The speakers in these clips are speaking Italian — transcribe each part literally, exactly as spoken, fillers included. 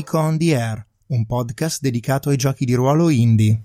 Nico on the Air, un podcast dedicato ai giochi di ruolo indie.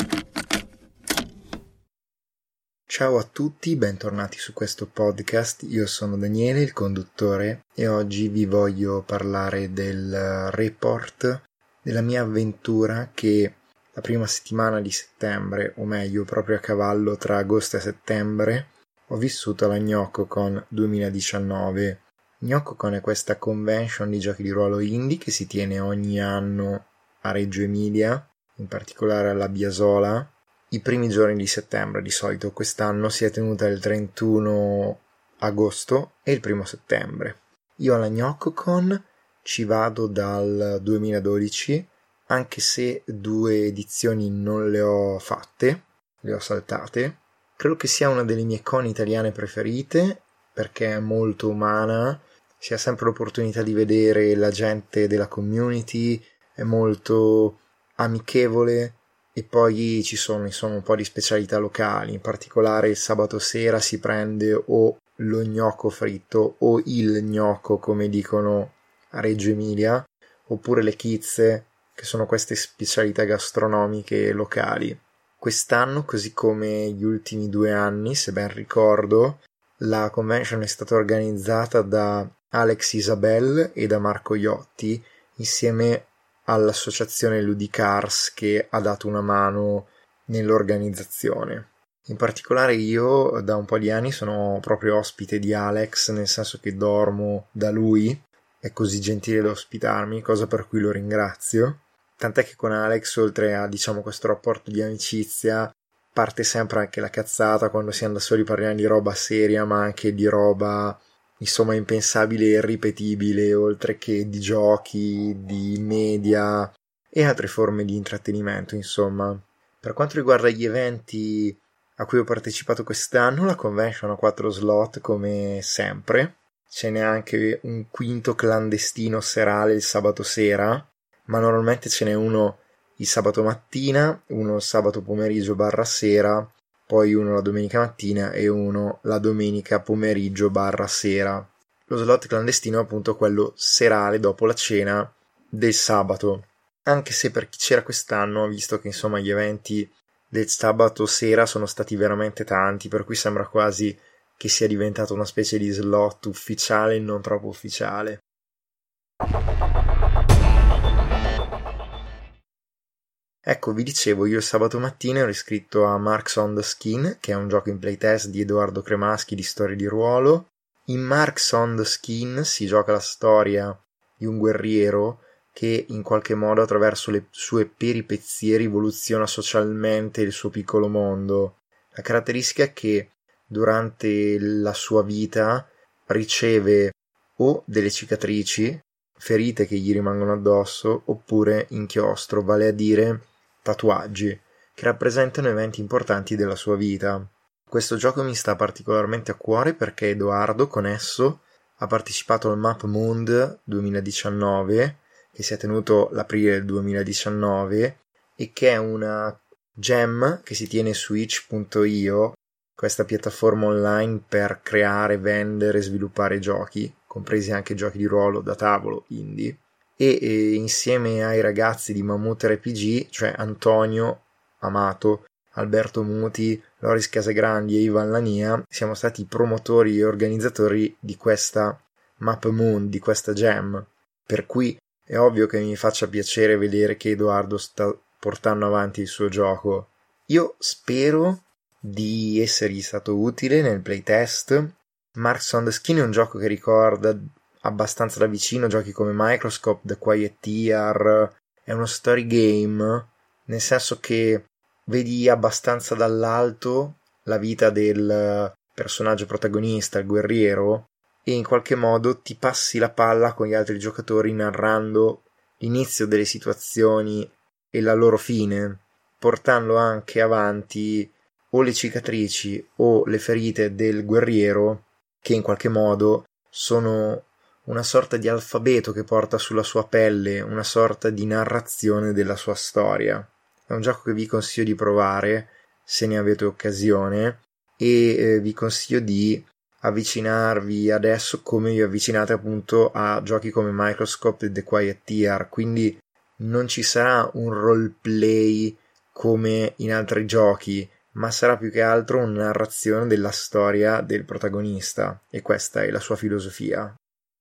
Ciao a tutti, bentornati su questo podcast. Io sono Daniele, il conduttore, e oggi vi voglio parlare del report della mia avventura che la prima settimana di settembre, o meglio proprio a cavallo tra agosto e settembre, ho vissuto alla GnoccoCon duemiladiciannove. GnoccoCon è questa convention di giochi di ruolo indie che si tiene ogni anno a Reggio Emilia, in particolare alla Biasola, i primi giorni di settembre. Di solito quest'anno si è tenuta il trentuno agosto e il primo settembre. Io alla GnoccoCon ci vado dal duemiladodici, anche se due edizioni non le ho fatte, le ho saltate. Credo che sia una delle mie con italiane preferite, perché è molto umana, si ha sempre l'opportunità di vedere la gente della community, è molto amichevole, e poi ci sono insomma un po' di specialità locali. In particolare il sabato sera si prende o lo gnocco fritto o il gnocco, come dicono a Reggio Emilia, oppure le chizze, che sono queste specialità gastronomiche locali. Quest'anno, così come gli ultimi due anni, se ben ricordo, la convention è stata organizzata da Alex Isabel e da Marco Iotti, insieme all'associazione Ludicars, che ha dato una mano nell'organizzazione. In particolare io da un po' di anni sono proprio ospite di Alex, nel senso che dormo da lui, è così gentile da ospitarmi, cosa per cui lo ringrazio. Tant'è che con Alex, oltre a diciamo questo rapporto di amicizia, parte sempre anche la cazzata. Quando siamo da soli parliamo di roba seria, ma anche di roba insomma impensabile e irripetibile, oltre che di giochi, di media e altre forme di intrattenimento, insomma. Per quanto riguarda gli eventi a cui ho partecipato quest'anno, la convention ha quattro slot come sempre. Ce n'è anche un quinto clandestino serale il sabato sera, ma normalmente ce n'è uno il sabato mattina, uno il sabato pomeriggio barra sera, poi uno la domenica mattina e uno la domenica pomeriggio barra sera. Lo slot clandestino è appunto quello serale dopo la cena del sabato, anche se per chi c'era quest'anno ha visto che insomma gli eventi del sabato sera sono stati veramente tanti, per cui sembra quasi che sia diventato una specie di slot ufficiale e non troppo ufficiale. Ecco, vi dicevo, io il sabato mattina ero iscritto a Marks on the Skin, che è un gioco in playtest di Edoardo Cremaschi di storie di ruolo. In Marks on the Skin si gioca la storia di un guerriero che in qualche modo attraverso le sue peripezie rivoluziona socialmente il suo piccolo mondo. La caratteristica è che durante la sua vita riceve o delle cicatrici, ferite che gli rimangono addosso, oppure inchiostro, vale a dire tatuaggi, che rappresentano eventi importanti della sua vita. Questo gioco mi sta particolarmente a cuore perché Edoardo con esso ha partecipato al Map Moon duemiladiciannove, che si è tenuto l'aprile del duemiladiciannove, e che è una gem che si tiene su itch punto io, questa piattaforma online per creare, vendere e sviluppare giochi, compresi anche giochi di ruolo da tavolo indie. E, e insieme ai ragazzi di Mammut R P G, cioè Antonio Amato, Alberto Muti, Loris Casagrandi e Ivan Lania, siamo stati promotori e organizzatori di questa Map Moon, di questa gem, per cui è ovvio che mi faccia piacere vedere che Edoardo sta portando avanti il suo gioco. Io spero di essergli stato utile nel playtest. Marks on the Skin è un gioco che ricorda abbastanza da vicino giochi come Microscope, The Quiet Year. È uno story game, nel senso che vedi abbastanza dall'alto la vita del personaggio protagonista, il guerriero, e in qualche modo ti passi la palla con gli altri giocatori narrando l'inizio delle situazioni e la loro fine, portando anche avanti o le cicatrici o le ferite del guerriero, che in qualche modo sono una sorta di alfabeto che porta sulla sua pelle, una sorta di narrazione della sua storia. È un gioco che vi consiglio di provare se ne avete occasione, e eh, vi consiglio di avvicinarvi adesso come vi avvicinate appunto a giochi come Microscope e The Quiet Year, quindi non ci sarà un roleplay come in altri giochi, ma sarà più che altro una narrazione della storia del protagonista, e questa è la sua filosofia.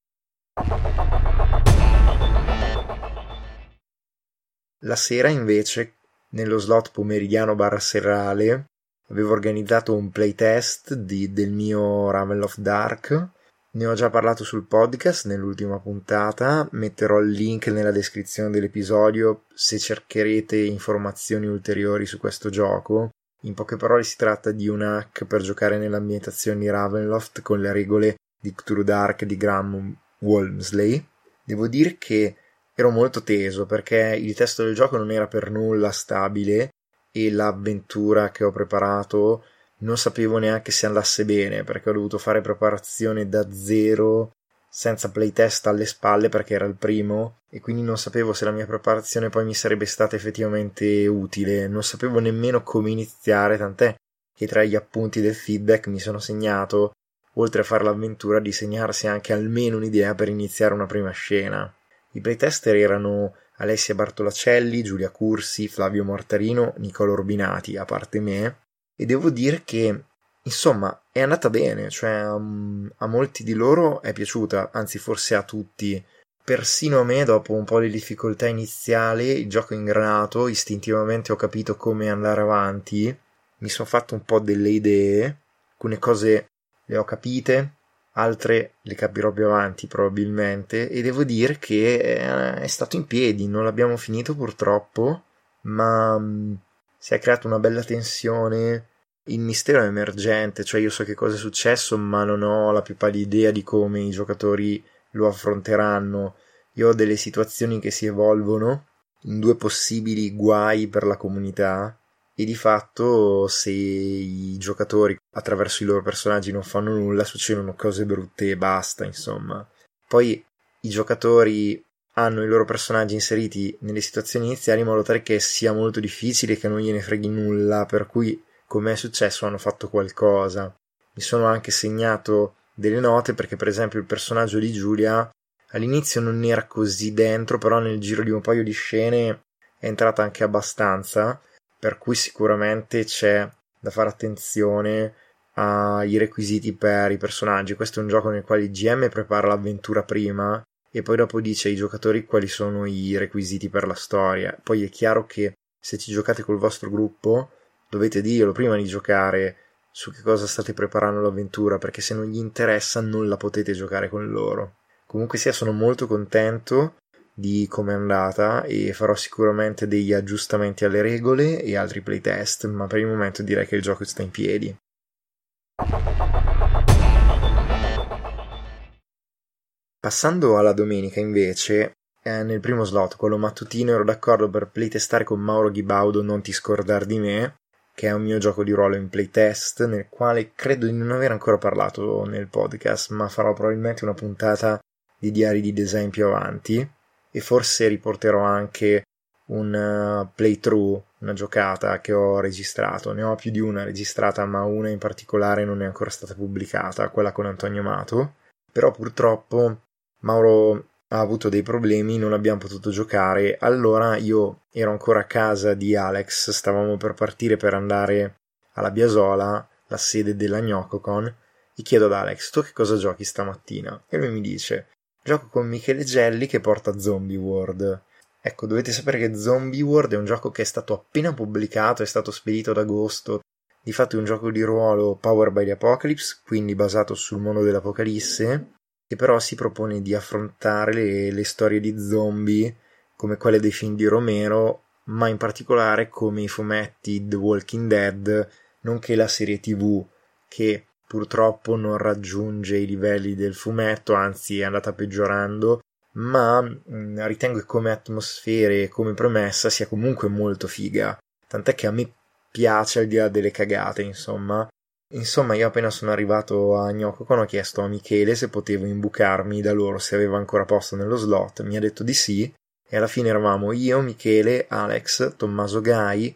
La sera invece, nello slot pomeridiano barra serale, avevo organizzato un playtest di, del mio Ravenloft Dark. Ne ho già parlato sul podcast nell'ultima puntata, metterò il link nella descrizione dell'episodio se cercherete informazioni ulteriori su questo gioco. In poche parole si tratta di un hack per giocare nell'ambientazione di Ravenloft con le regole di Cthulhu Dark di Graham Walmsley. Devo dire che ero molto teso perché il testo del gioco non era per nulla stabile e l'avventura che ho preparato non sapevo neanche se andasse bene, perché ho dovuto fare preparazione da zero senza playtest alle spalle perché era il primo, e quindi non sapevo se la mia preparazione poi mi sarebbe stata effettivamente utile, non sapevo nemmeno come iniziare, tant'è che tra gli appunti del feedback mi sono segnato, oltre a fare l'avventura, di segnarsi anche almeno un'idea per iniziare una prima scena. I playtester erano Alessia Bartolacelli, Giulia Cursi, Flavio Mortarino, Nicola Urbinati, a parte me, e devo dire che, insomma, è andata bene, cioè um, a molti di loro è piaciuta, anzi forse a tutti. Persino a me, dopo un po' di difficoltà iniziali, il gioco ingranato, istintivamente ho capito come andare avanti, mi sono fatto un po' delle idee, alcune cose le ho capite, altre le capirò più avanti probabilmente, e devo dire che è stato in piedi. Non l'abbiamo finito purtroppo, ma um, si è creata una bella tensione. Il mistero è emergente, cioè io so che cosa è successo, ma non ho la più pallida idea di come i giocatori lo affronteranno. Io ho delle situazioni che si evolvono in due possibili guai per la comunità, e di fatto se i giocatori attraverso i loro personaggi non fanno nulla, succedono cose brutte e basta, insomma. Poi i giocatori hanno i loro personaggi inseriti nelle situazioni iniziali in modo tale che sia molto difficile che non gliene freghi nulla, per cui, come è successo, hanno fatto qualcosa. Mi sono anche segnato delle note perché, per esempio, il personaggio di Giulia all'inizio non era così dentro, però nel giro di un paio di scene è entrata anche abbastanza, per cui sicuramente c'è da fare attenzione ai requisiti per i personaggi. Questo è un gioco nel quale il G M prepara l'avventura prima e poi dopo dice ai giocatori quali sono i requisiti per la storia. Poi è chiaro che se ci giocate col vostro gruppo dovete dirlo prima di giocare su che cosa state preparando l'avventura, perché se non gli interessa non la potete giocare con loro. Comunque sia, sono molto contento di come è andata e farò sicuramente degli aggiustamenti alle regole e altri playtest, ma per il momento direi che il gioco sta in piedi. Passando alla domenica invece, eh, nel primo slot, quello mattutino, ero d'accordo per playtestare con Mauro Ghibaudo Non ti scordar di me, che è un mio gioco di ruolo in playtest, nel quale credo di non aver ancora parlato nel podcast, ma farò probabilmente una puntata di diari di design più avanti, e forse riporterò anche un uh, playthrough, una giocata che ho registrato. Ne ho più di una registrata, ma una in particolare non è ancora stata pubblicata, quella con Antonio Amato. Però purtroppo Mauro ha avuto dei problemi, non abbiamo potuto giocare. Allora io ero ancora a casa di Alex, stavamo per partire per andare alla Biasola, la sede della Gnococon, e chiedo ad Alex: tu che cosa giochi stamattina? E lui mi dice: gioco con Michele Gelli che porta Zombie World. Ecco, dovete sapere che Zombie World è un gioco che è stato appena pubblicato, è stato spedito ad agosto. Di fatto è un gioco di ruolo Powered by the Apocalypse, quindi basato sul mondo dell'Apocalisse, che però si propone di affrontare le, le storie di zombie come quelle dei film di Romero, ma in particolare come i fumetti The Walking Dead, nonché la serie tivù, che purtroppo non raggiunge i livelli del fumetto, anzi è andata peggiorando, ma mh, ritengo che come atmosfere e come premessa sia comunque molto figa, tant'è che a me piace al di là delle cagate, insomma. Insomma, io appena sono arrivato a Gnococon ho chiesto a Michele se potevo imbucarmi da loro, se aveva ancora posto nello slot, mi ha detto di sì, e alla fine eravamo io, Michele, Alex, Tommaso Gai,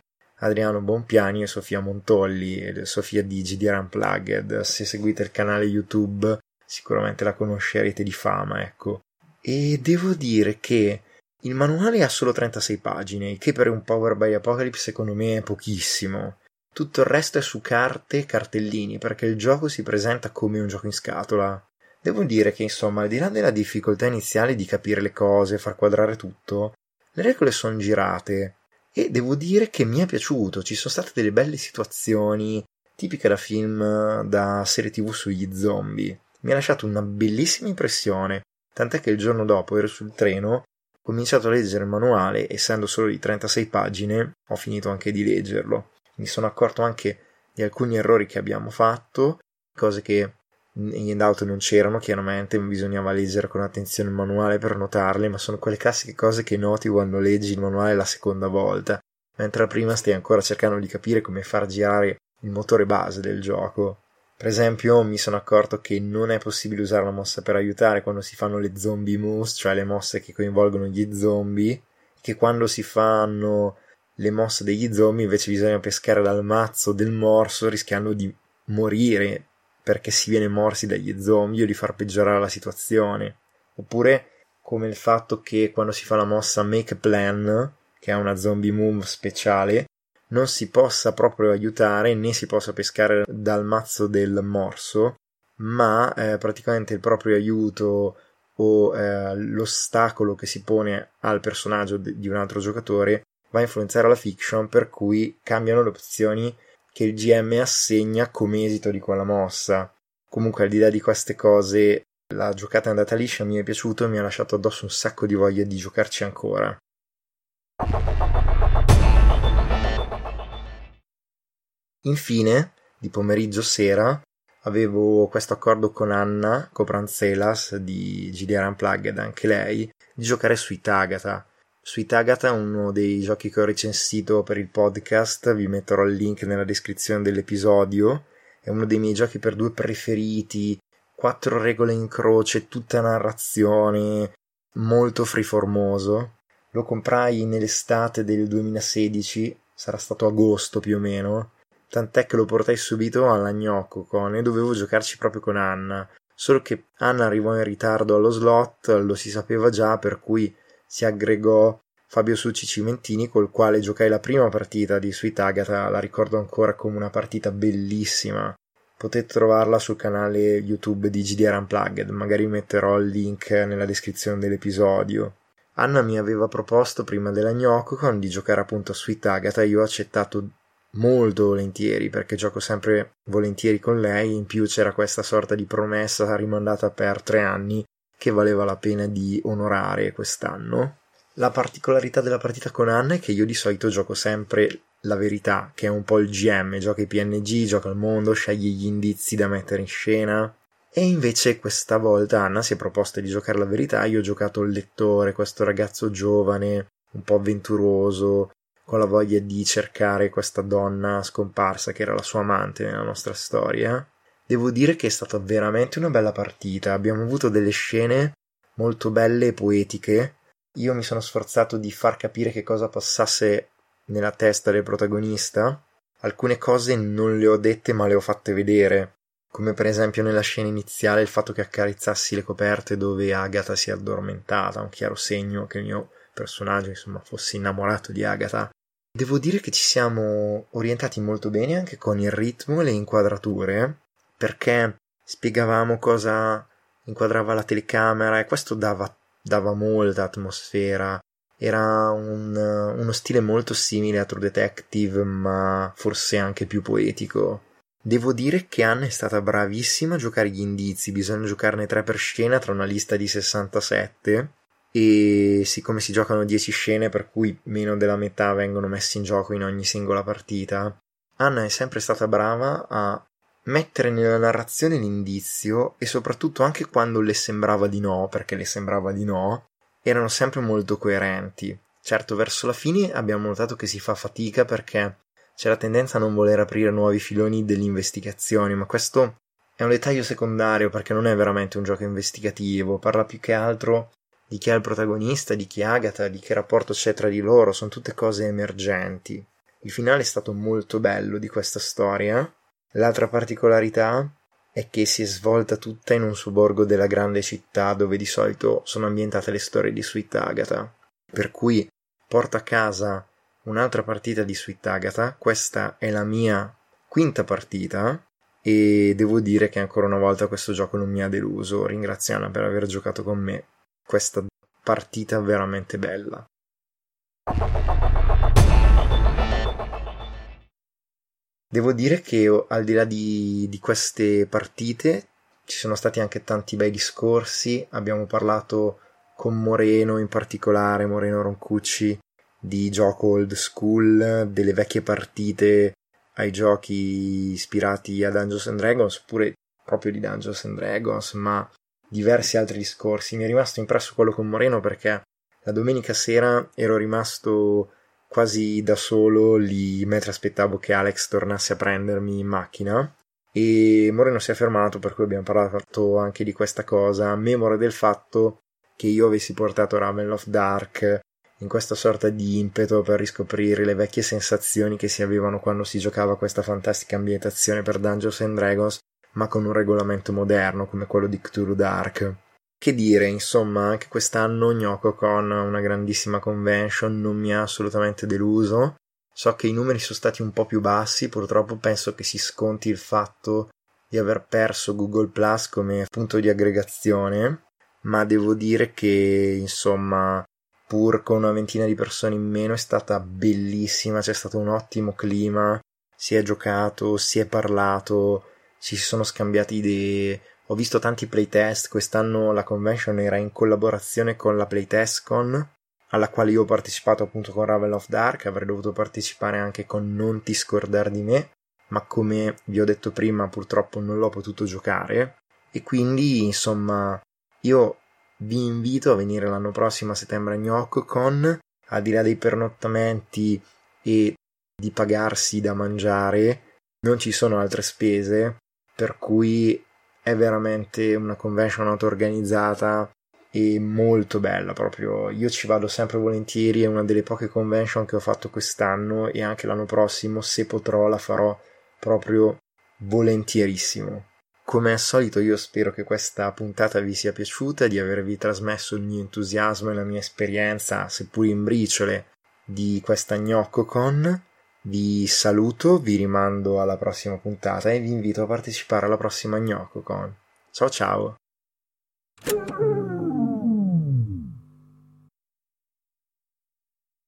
Adriano Bonpiani e Sofia Montolli, Sofia di G D R Unplugged. Se seguite il canale YouTube sicuramente la conoscerete di fama, ecco. E devo dire che il manuale ha solo trentasei pagine, che per un Power by Apocalypse secondo me è pochissimo. Tutto il resto è su carte e cartellini, perché il gioco si presenta come un gioco in scatola. Devo dire che, insomma, al di là della difficoltà iniziale di capire le cose, far quadrare tutto, le regole sono girate e devo dire che mi è piaciuto. Ci sono state delle belle situazioni, tipiche da film, da serie tv sugli zombie. Mi ha lasciato una bellissima impressione, tant'è che il giorno dopo ero sul treno, ho cominciato a leggere il manuale, essendo solo di trentasei pagine, ho finito anche di leggerlo. Mi sono accorto anche di alcuni errori che abbiamo fatto, cose che in Handout non c'erano, chiaramente bisognava leggere con attenzione il manuale per notarle, ma sono quelle classiche cose che noti quando leggi il manuale la seconda volta, mentre la prima stai ancora cercando di capire come far girare il motore base del gioco. Per esempio, mi sono accorto che non è possibile usare la mossa per aiutare quando si fanno le zombie moves, cioè le mosse che coinvolgono gli zombie, che quando si fanno le mosse degli zombie invece bisogna pescare dal mazzo del morso rischiando di morire perché si viene morsi dagli zombie o di far peggiorare la situazione. Oppure come il fatto che quando si fa la mossa Make a Plan, che è una zombie move speciale, non si possa proprio aiutare né si possa pescare dal mazzo del morso, ma eh, praticamente il proprio aiuto o eh, l'ostacolo che si pone al personaggio di un altro giocatore va a influenzare la fiction, per cui cambiano le opzioni che il G M assegna come esito di quella mossa. Comunque, al di là di queste cose, la giocata è andata liscia, mi è piaciuto e mi ha lasciato addosso un sacco di voglia di giocarci ancora. Infine, di pomeriggio sera, avevo questo accordo con Anna Copranzelas di G D R Unplugged, anche lei, di giocare Sweet Agatha. Sweet Agatha è uno dei giochi che ho recensito per il podcast, vi metterò il link nella descrizione dell'episodio. È uno dei miei giochi per due preferiti, quattro regole in croce, tutta narrazione, molto freeformoso. Lo comprai nell'estate del duemilasedici, sarà stato agosto più o meno, tant'è che lo portai subito alla Gnocco-Con e dovevo giocarci proprio con Anna, solo che Anna arrivò in ritardo allo slot, lo si sapeva già, per cui si aggregò Fabio Succi Cimentini, col quale giocai la prima partita di Sweet Agatha, la ricordo ancora come una partita bellissima. Potete trovarla sul canale YouTube di G D R Unplugged, magari metterò il link nella descrizione dell'episodio. Anna mi aveva proposto prima della Gnocco-Con di giocare appunto a Sweet Agatha, io ho accettato molto volentieri perché gioco sempre volentieri con lei, in più c'era questa sorta di promessa rimandata per tre anni che valeva la pena di onorare quest'anno. La particolarità della partita con Anna è che io di solito gioco sempre la verità, che è un po' il G M, gioca i P N G, gioca il mondo, sceglie gli indizi da mettere in scena, e invece questa volta Anna si è proposta di giocare la verità, io ho giocato il lettore, questo ragazzo giovane, un po' avventuroso, con la voglia di cercare questa donna scomparsa che era la sua amante nella nostra storia. Devo dire che è stata veramente una bella partita, abbiamo avuto delle scene molto belle e poetiche. Io mi sono sforzato di far capire che cosa passasse nella testa del protagonista. Alcune cose non le ho dette ma le ho fatte vedere, come per esempio nella scena iniziale il fatto che accarizzassi le coperte dove Agatha si è addormentata, un chiaro segno che il mio personaggio insomma fosse innamorato di Agatha. Devo dire che ci siamo orientati molto bene anche con il ritmo e le inquadrature, perché spiegavamo cosa inquadrava la telecamera e questo dava, dava molta atmosfera. Era un, uno stile molto simile a True Detective, ma forse anche più poetico. Devo dire che Anna è stata bravissima a giocare gli indizi, bisogna giocarne tre per scena tra una lista di sessantasette, e siccome si giocano dieci scene per cui meno della metà vengono messi in gioco in ogni singola partita, Anna è sempre stata brava a mettere nella narrazione l'indizio e soprattutto anche quando le sembrava di no, perché le sembrava di no, erano sempre molto coerenti. Certo, verso la fine abbiamo notato che si fa fatica perché c'è la tendenza a non voler aprire nuovi filoni delle investigazioni, ma questo è un dettaglio secondario perché non è veramente un gioco investigativo, parla più che altro di chi è il protagonista, di chi è Agatha, di che rapporto c'è tra di loro, sono tutte cose emergenti. Il finale è stato molto bello di questa storia. L'altra particolarità è che si è svolta tutta in un sobborgo della grande città dove di solito sono ambientate le storie di Sweet Agatha, per cui porto a casa un'altra partita di Sweet Agatha. Questa è la mia quinta partita e devo dire che ancora una volta questo gioco non mi ha deluso. Ringrazio Anna per aver giocato con me questa partita veramente bella. Devo dire che al di là di, di queste partite ci sono stati anche tanti bei discorsi. Abbiamo parlato con Moreno, in particolare Moreno Roncucci, di gioco old school, delle vecchie partite ai giochi ispirati a Dungeons and Dragons, oppure proprio di Dungeons and Dragons, ma diversi altri discorsi. Mi è rimasto impresso quello con Moreno perché la domenica sera ero rimasto quasi da solo lì mentre aspettavo che Alex tornasse a prendermi in macchina, e Moreno si è fermato, per cui abbiamo parlato anche di questa cosa, memore del fatto che io avessi portato Raven of Dark in questa sorta di impeto per riscoprire le vecchie sensazioni che si avevano quando si giocava questa fantastica ambientazione per Dungeons and Dragons, ma con un regolamento moderno come quello di Cthulhu Dark. Che dire, insomma, anche quest'anno GnocoCon, una grandissima convention, non mi ha assolutamente deluso. So che i numeri sono stati un po' più bassi, purtroppo penso che si sconti il fatto di aver perso Google Plus come punto di aggregazione, ma devo dire che, insomma, pur con una ventina di persone in meno è stata bellissima, c'è stato un ottimo clima, si è giocato, si è parlato, ci si sono scambiati idee. Ho visto tanti playtest. Quest'anno la convention era in collaborazione con la PlaytestCon, alla quale io ho partecipato appunto con Raven of Dark. Avrei dovuto partecipare anche con Non ti scordar di me, ma come vi ho detto prima purtroppo non l'ho potuto giocare, e quindi insomma io vi invito a venire l'anno prossimo a settembre a GnocoCon. Al di là dei pernottamenti e di pagarsi da mangiare non ci sono altre spese, per cui è veramente una convention auto-organizzata e molto bella proprio. Io ci vado sempre volentieri, è una delle poche convention che ho fatto quest'anno, e anche l'anno prossimo, se potrò, la farò proprio volentierissimo. Come al solito io spero che questa puntata vi sia piaciuta, di avervi trasmesso il mio entusiasmo e la mia esperienza, seppur in briciole, di questa GnocoCon. Vi saluto, vi rimando alla prossima puntata e vi invito a partecipare alla prossima GnocoCon. Ciao ciao!